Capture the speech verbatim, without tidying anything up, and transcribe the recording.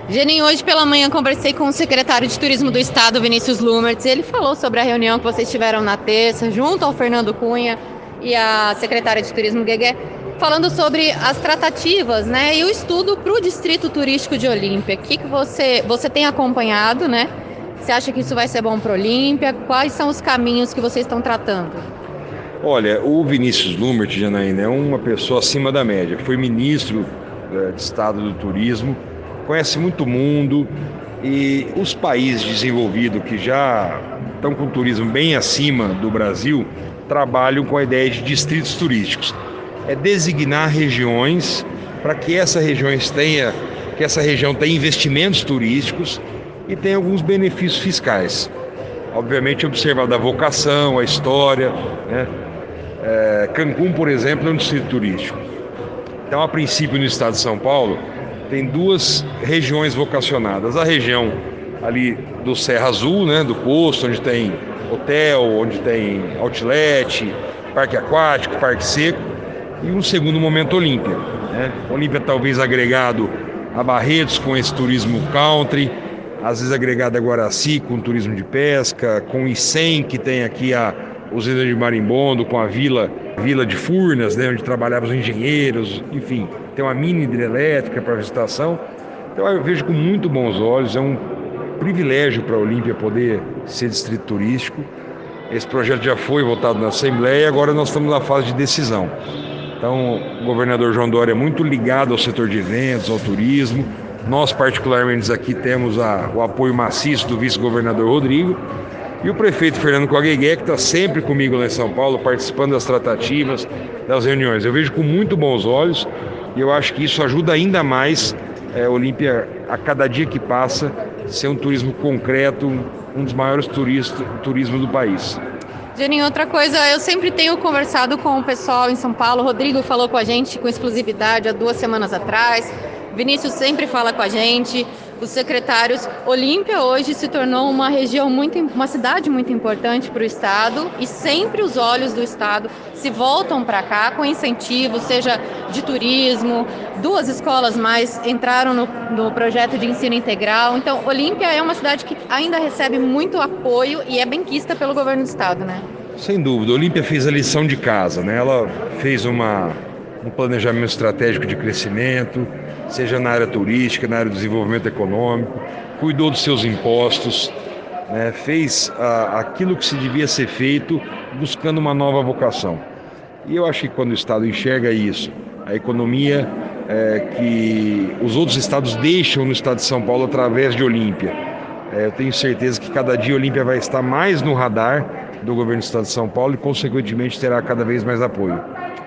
Geninho, hoje pela manhã conversei com o secretário de Turismo do Estado, Vinícius Lumertz. Ele falou sobre a reunião que vocês tiveram na terça, junto ao Fernando Cunha e a secretária de Turismo, Guegué, falando sobre as tratativas, né, e o estudo para o Distrito Turístico de Olímpia. O que, que você, você tem acompanhado, né? Você acha que isso vai ser bom para Olímpia? Quais são os caminhos que vocês estão tratando? Olha, o Vinícius Lumertz, Janaína, é uma pessoa acima da média. Foi ministro eh, de Estado do Turismo, conhece muito o mundo, e os países desenvolvidos que já estão com o turismo bem acima do Brasil trabalham com a ideia de distritos turísticos. É designar regiões para que essa regiões tenha, que essa região tenha investimentos turísticos e tenha alguns benefícios fiscais. Obviamente observando a vocação, a história, né? É, Cancún, por exemplo, é um distrito turístico. Então, a princípio, no estado de São Paulo, tem duas regiões vocacionadas. A região ali do Serra Azul, né, do Posto, onde tem hotel, onde tem outlet, parque aquático, parque seco, e um segundo momento, Olímpia, né? Olímpia talvez agregado a Barretos com esse turismo country, às vezes agregado a Guaraci com turismo de pesca, com o Icém, que tem aqui a usina de Marimbondo, com a vila, vila de Furnas, né, onde trabalhavam os engenheiros, enfim, tem uma mini hidrelétrica para visitação. Então eu vejo com muito bons olhos, é um privilégio para a Olímpia poder ser distrito turístico. Esse projeto já foi votado na Assembleia e agora nós estamos na fase de decisão. Então o governador João Dória é muito ligado ao setor de eventos, ao turismo. Nós, particularmente aqui, temos a, o apoio maciço do vice-governador Rodrigo e o prefeito Fernando Guegué, que está sempre comigo lá em São Paulo, participando das tratativas, das reuniões. Eu vejo com muito bons olhos e eu acho que isso ajuda ainda mais é, a Olímpia, a cada dia que passa, ser um turismo concreto, um dos maiores turistas, turismo do país. Geninho, outra coisa, eu sempre tenho conversado com o pessoal em São Paulo. O Rodrigo falou com a gente com exclusividade há duas semanas atrás. Vinícius sempre fala com a gente, os secretários. Olímpia hoje se tornou uma região muito, uma cidade muito importante para o estado e sempre os olhos do estado se voltam para cá com incentivos, seja de turismo. Duas escolas mais entraram no, no projeto de ensino integral. Então, Olímpia é uma cidade que ainda recebe muito apoio e é benquista pelo governo do estado, né? Sem dúvida, Olímpia fez a lição de casa, né? Ela fez uma, um planejamento estratégico de crescimento, seja na área turística, na área do desenvolvimento econômico, cuidou dos seus impostos, né, fez ah, aquilo que se devia ser feito buscando uma nova vocação. E eu acho que quando o Estado enxerga isso, a economia é, que os outros estados deixam no estado de São Paulo através de Olímpia, é, eu tenho certeza que cada dia Olímpia vai estar mais no radar do governo do estado de São Paulo e, consequentemente, terá cada vez mais apoio.